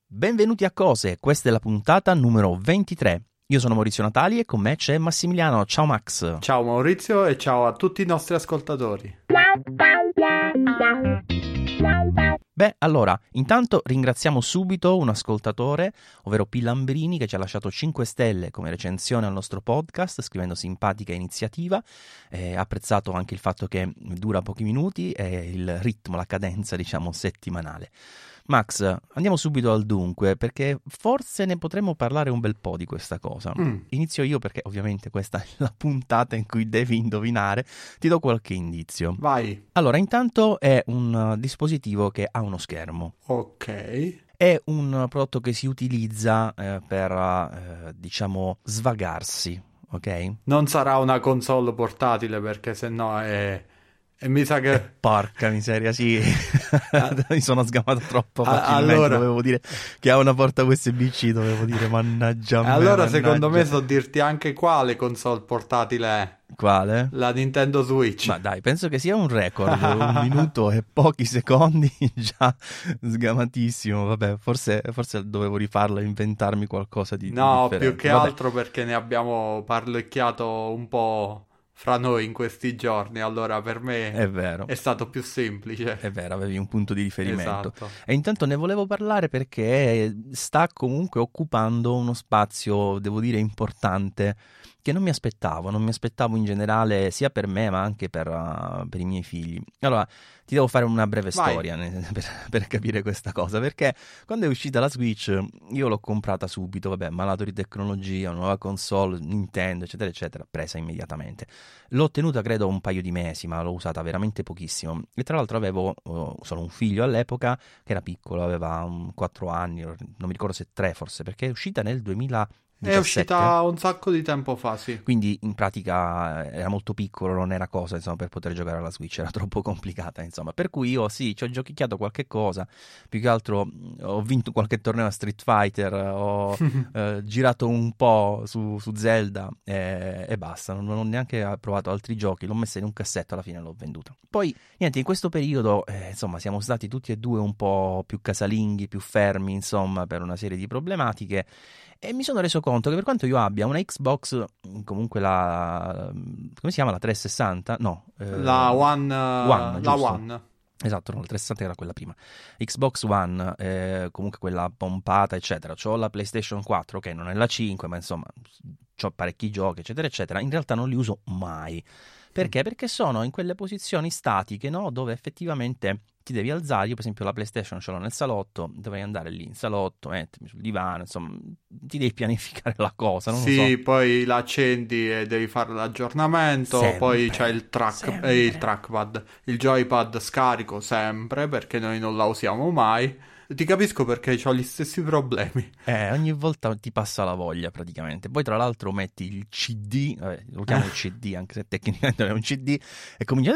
Benvenuti a Cose, questa è la puntata numero 23. Io sono Maurizio Natali e con me c'è Massimiliano. Ciao Max. Ciao Maurizio e ciao a tutti i nostri ascoltatori. Beh, allora, intanto ringraziamo subito un ascoltatore, ovvero P. Lambrini, che ci ha lasciato 5 stelle come recensione al nostro podcast, scrivendo simpatica iniziativa. Ha apprezzato anche il fatto che dura pochi minuti e il ritmo, la cadenza, diciamo, settimanale. Max, andiamo subito al dunque, perché forse ne potremmo parlare un bel po' di questa cosa. Inizio io perché ovviamente questa è la puntata in cui devi indovinare. Ti do qualche indizio. Vai. Allora, intanto è un dispositivo che ha uno schermo. Ok. È un prodotto che si utilizza per, diciamo, svagarsi, ok? Non sarà una console portatile perché sennò è... E mi sa che... Porca miseria, sì, mi sono sgamato troppo facilmente, allora... dovevo dire che ha una porta USB-C, dovevo dire mannaggia me. Allora secondo me so dirti anche quale console portatile è. Quale? La Nintendo Switch. Ma dai, penso che sia un record, 1 minuto e pochi secondi, già sgamatissimo, vabbè, forse dovevo rifarlo e inventarmi qualcosa di No, differente. più che altro perché ne abbiamo parlecchiato un po' fra noi in questi giorni, allora per me È vero. È stato più semplice. È vero, avevi un punto di riferimento. Esatto. E intanto ne volevo parlare perché sta comunque occupando uno spazio, devo dire, importante, che non mi aspettavo in generale sia per me ma anche per i miei figli. Allora, ti devo fare una breve storia per capire questa cosa, perché quando è uscita la Switch io l'ho comprata subito, vabbè, malato di tecnologia, nuova console, Nintendo, eccetera, eccetera, presa immediatamente. L'ho tenuta credo un paio di mesi, ma l'ho usata veramente pochissimo. E tra l'altro avevo solo un figlio all'epoca che era piccolo, aveva 4 anni, non mi ricordo se 3 forse, perché è uscita nel 2017. È uscita un sacco di tempo fa, sì. Quindi in pratica era molto piccolo, non era cosa insomma per poter giocare alla Switch, era troppo complicata insomma. Per cui io sì, ci ho giochicchiato qualche cosa, più che altro ho vinto qualche torneo a Street Fighter, ho girato un po' su Zelda e basta, non ho neanche provato altri giochi, l'ho messa in un cassetto, alla fine l'ho venduta. Poi niente, in questo periodo insomma siamo stati tutti e due un po' più casalinghi, più fermi insomma per una serie di problematiche. E mi sono reso conto che per quanto io abbia una Xbox, comunque come si chiama? La 360? No. La One. La One. Esatto, no, la 360 era quella prima. Xbox One, comunque quella pompata, eccetera. C'ho la PlayStation 4, che non è la 5, ma insomma, c'ho parecchi giochi, eccetera, eccetera. In realtà non li uso mai. Perché? Perché sono in quelle posizioni statiche, no? Dove effettivamente ti devi alzare. Io per esempio la PlayStation ce l'ho nel salotto, dovrei andare lì in salotto, mettermi sul divano, insomma, ti devi pianificare la cosa, non lo so. Sì, poi la accendi e devi fare l'aggiornamento, Sempre, poi c'è il sempre. trackpad, il joypad scarico sempre, perché noi non la usiamo mai. Ti capisco perché ho gli stessi problemi. Ogni volta ti passa la voglia praticamente. Poi tra l'altro metti il CD, lo chiamo il CD anche se tecnicamente non è un CD, e comincia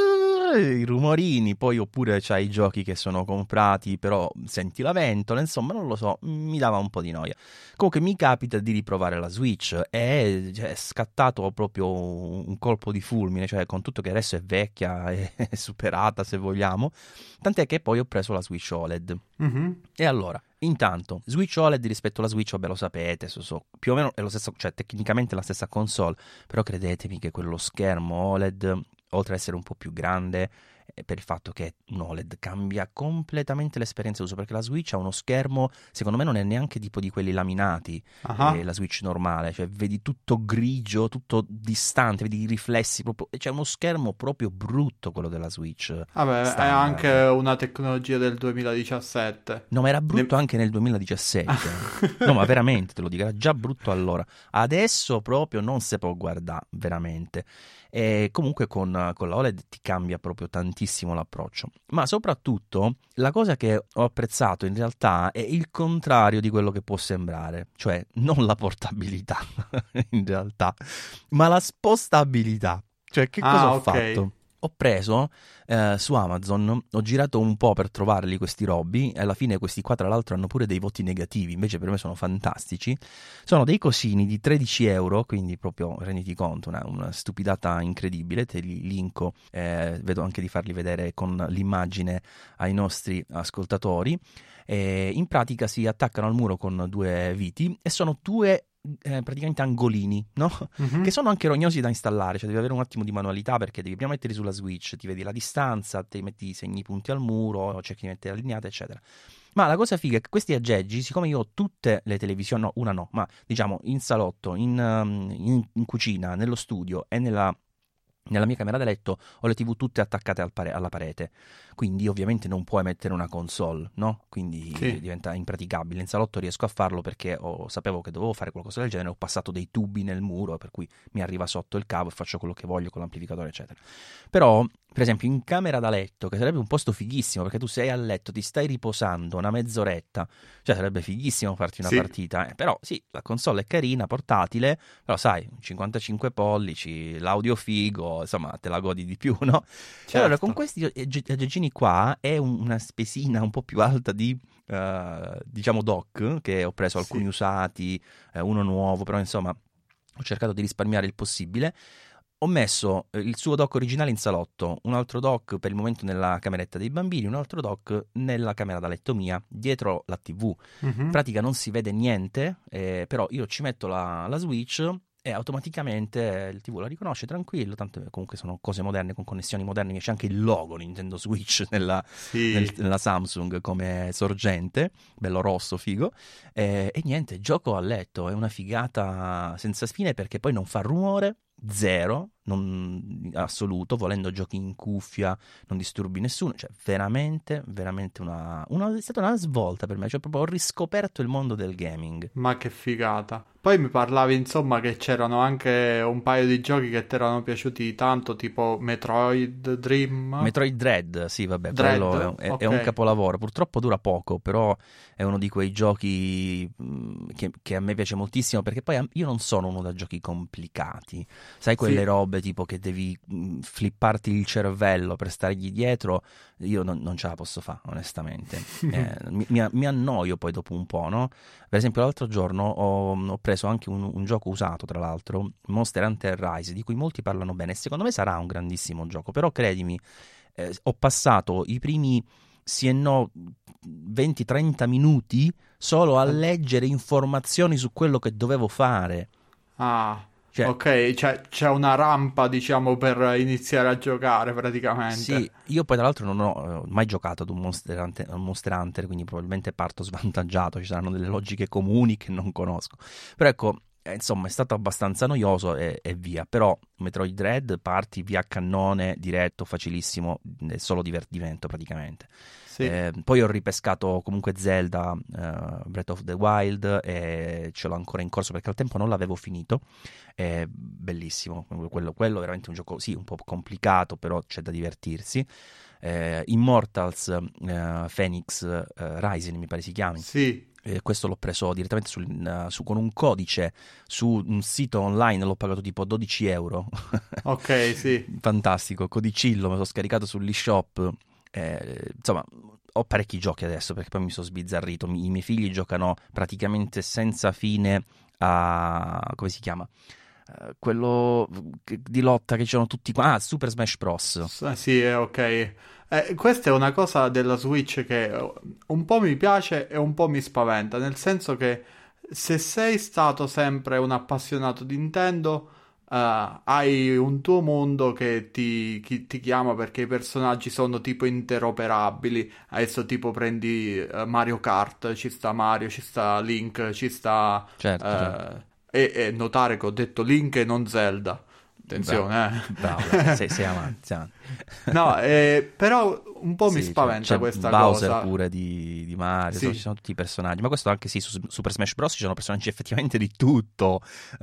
i rumorini, poi oppure c'hai i giochi che sono comprati però senti la ventola, insomma non lo so, mi dava un po' di noia. Comunque mi capita di riprovare la Switch e è scattato proprio un colpo di fulmine, cioè con tutto che adesso è vecchia è superata se vogliamo, tant'è che poi ho preso la Switch OLED. E allora, intanto, Switch OLED rispetto alla Switch, vabbè lo sapete, più o meno è lo stesso, cioè tecnicamente la stessa console, però credetemi che quello schermo OLED, oltre ad essere un po' più grande, per il fatto che un OLED cambia completamente l'esperienza d'uso, perché la Switch ha uno schermo, secondo me non è neanche tipo di quelli laminati, la Switch normale, cioè vedi tutto grigio, tutto distante, vedi i riflessi, proprio, c'è uno schermo proprio brutto quello della Switch. Vabbè, standard. è anche una tecnologia del 2017. No, ma era brutto anche nel 2017. No, ma veramente, te lo dico, era già brutto allora. Adesso proprio non si può guardare, veramente. E comunque con la OLED ti cambia proprio tantissimo l'approccio. Ma soprattutto, la cosa che ho apprezzato in realtà è il contrario di quello che può sembrare. Cioè, non la portabilità, in realtà, ma la spostabilità. Cioè, che cosa ho fatto? ho preso su Amazon, ho girato un po' per trovarli questi robi e alla fine questi qua tra l'altro hanno pure dei voti negativi, invece per me sono fantastici. Sono dei cosini di 13 euro, quindi proprio renditi conto, una stupidata incredibile, te li linko, vedo anche di farli vedere con l'immagine ai nostri ascoltatori. In pratica si attaccano al muro con due viti e sono due praticamente angolini, no? Che sono anche rognosi da installare, cioè devi avere un attimo di manualità perché devi prima metterli sulla Switch, ti vedi la distanza, ti metti i segni punti al muro, cerchi di mettere allineate, eccetera. Ma la cosa figa è che questi aggeggi, siccome io ho tutte le televisioni, no, una no, ma diciamo in salotto, in cucina, nello studio e nella mia camera da letto ho le TV tutte attaccate alla parete, quindi ovviamente non puoi mettere una console, no? Quindi Sì. diventa impraticabile. In salotto riesco a farlo perché sapevo che dovevo fare qualcosa del genere, ho passato dei tubi nel muro per cui mi arriva sotto il cavo e faccio quello che voglio con l'amplificatore, eccetera. Però, per esempio, in camera da letto, che sarebbe un posto fighissimo perché tu sei a letto, ti stai riposando una mezz'oretta, cioè sarebbe fighissimo farti una Sì. partita, però sì, la console è carina, portatile, però sai, 55 pollici, l'audio figo, insomma, te la godi di più, no? Certo. Allora, con questi aggeggini qua è una spesina un po' più alta di, diciamo, dock, che ho preso alcuni Sì. usati, uno nuovo, però insomma ho cercato di risparmiare il possibile. Ho messo il suo dock originale in salotto, un altro dock per il momento nella cameretta dei bambini, un altro dock nella camera da letto mia, dietro la TV. In pratica non si vede niente, però io ci metto la Switch e automaticamente il TV la riconosce tranquillo, tanto comunque sono cose moderne con connessioni moderne, c'è anche il logo Nintendo Switch nella Samsung come sorgente, bello rosso, figo, e niente, gioco a letto, è una figata senza fine perché poi non fa rumore, zero, assoluto, volendo giochi in cuffia, non disturbi nessuno, cioè veramente, veramente è stata una svolta per me, cioè proprio ho riscoperto il mondo del gaming. Ma che figata. Poi mi parlavi, insomma, che c'erano anche un paio di giochi che ti erano piaciuti tanto, tipo Metroid Dream. Metroid Dread, sì, vabbè, Dread? quello è Ok. un capolavoro. Purtroppo dura poco, però è uno di quei giochi che a me piace moltissimo perché poi io non sono uno da giochi complicati. Sai, quelle Sì. robe tipo che devi flipparti il cervello per stargli dietro, io non ce la posso fare, onestamente. Mi annoio poi dopo un po', no? Per esempio, l'altro giorno ho preso anche un gioco usato, tra l'altro, Monster Hunter Rise, di cui molti parlano bene. Secondo me sarà un grandissimo gioco, però credimi, ho passato i primi sì e no 20-30 minuti solo a leggere informazioni su quello che dovevo fare. Ah, Cioè, ok, c'è una rampa, diciamo, per iniziare a giocare praticamente. sì, io poi tra l'altro non ho mai giocato ad un Monster Hunter, quindi probabilmente parto svantaggiato, ci saranno delle logiche comuni che non conosco. Però ecco, insomma, è stato abbastanza noioso e via. Però Metroid Dread parti via cannone, diretto, facilissimo, è solo divertimento praticamente. Sì. Poi ho ripescato comunque Zelda Breath of the Wild e ce l'ho ancora in corso perché al tempo non l'avevo finito. È bellissimo, quello è veramente un gioco, sì, un po' complicato, però c'è da divertirsi. Immortals Phoenix Rising mi pare si chiami. Sì. Questo l'ho preso direttamente con un codice su un sito online, l'ho pagato tipo 12 euro. Ok, sì. Fantastico, codicillo, me lo sono scaricato sull'eShop. Insomma, ho parecchi giochi adesso perché poi mi sono sbizzarrito. I miei figli giocano praticamente senza fine a... come si chiama? Quello di lotta che c'erano tutti qua. Ah, Super Smash Bros. Sì, ok. Questa è una cosa della Switch che un po' mi piace e un po' mi spaventa, nel senso che se sei stato sempre un appassionato di Nintendo, hai un tuo mondo che ti chiama perché i personaggi sono tipo interoperabili. Adesso tipo prendi Mario Kart, ci sta Mario, ci sta Link, ci sta... Certo. e notare che ho detto Link e non Zelda. Attenzione, Bravo, dai, sei avanti, sei avanti. No, però un po' mi Sì, spaventa c'è questa Bowser cosa. pure di Mario, Sì, ci sono tutti i personaggi, ma questo anche sì, su Super Smash Bros. Ci sono personaggi effettivamente di tutto,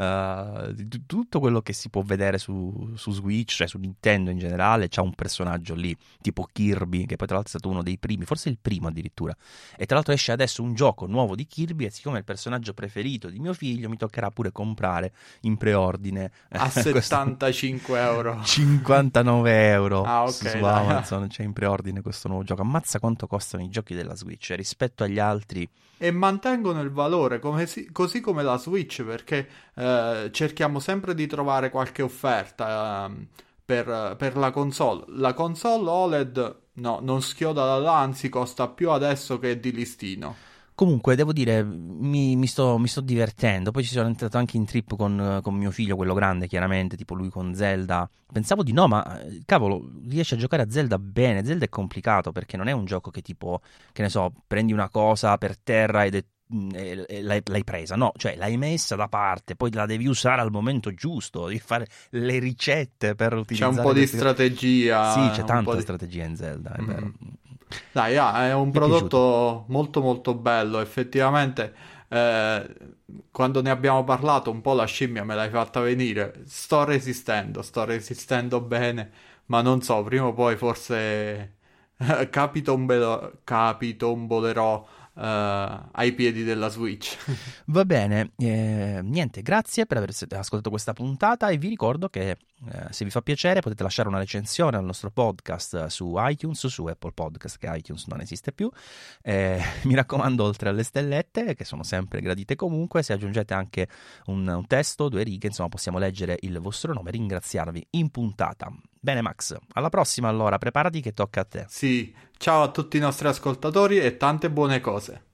di tutto quello che si può vedere su Switch, cioè su Nintendo in generale, c'è un personaggio lì, tipo Kirby, che poi tra l'altro è stato uno dei primi, forse il primo addirittura, e tra l'altro esce adesso un gioco nuovo di Kirby e siccome è il personaggio preferito di mio figlio mi toccherà pure comprare in preordine a questo 75 euro. 59 euro euro Ah, ok, su dai. Amazon, c'è in preordine questo nuovo gioco. Ammazza quanto costano i giochi della Switch rispetto agli altri. E mantengono il valore così come la Switch, perché cerchiamo sempre di trovare qualche offerta per la console. La console OLED no, non schioda da là, anzi costa più adesso che di listino. Comunque, devo dire, mi sto divertendo. Poi ci sono entrato anche in trip con mio figlio, quello grande, chiaramente, tipo lui con Zelda. Pensavo di no, ma cavolo, riesce a giocare a Zelda bene. Zelda è complicato perché non è un gioco che tipo, che ne so, prendi una cosa per terra e l'hai presa. No, cioè l'hai messa da parte, poi la devi usare al momento giusto, devi fare le ricette per C'è un utilizzare po' di queste. Sì, strategia, c'è un po' tanta di... strategia in Zelda, è Mm. vero. Dai, è un Mi è piaciuto. prodotto molto molto bello, effettivamente. Quando ne abbiamo parlato, un po' la scimmia me l'hai fatta venire. Sto resistendo bene, ma non so, prima o poi forse capitombolerò ai piedi della Switch. Va bene, niente, grazie per aver ascoltato questa puntata e vi ricordo che se vi fa piacere potete lasciare una recensione al nostro podcast su iTunes, su Apple Podcast, che iTunes non esiste più. Mi raccomando, oltre alle stellette, che sono sempre gradite comunque, se aggiungete anche un testo, 2 righe, insomma possiamo leggere il vostro nome e ringraziarvi in puntata. Bene Max, alla prossima allora, preparati che tocca a te. Sì, ciao a tutti i nostri ascoltatori e tante buone cose.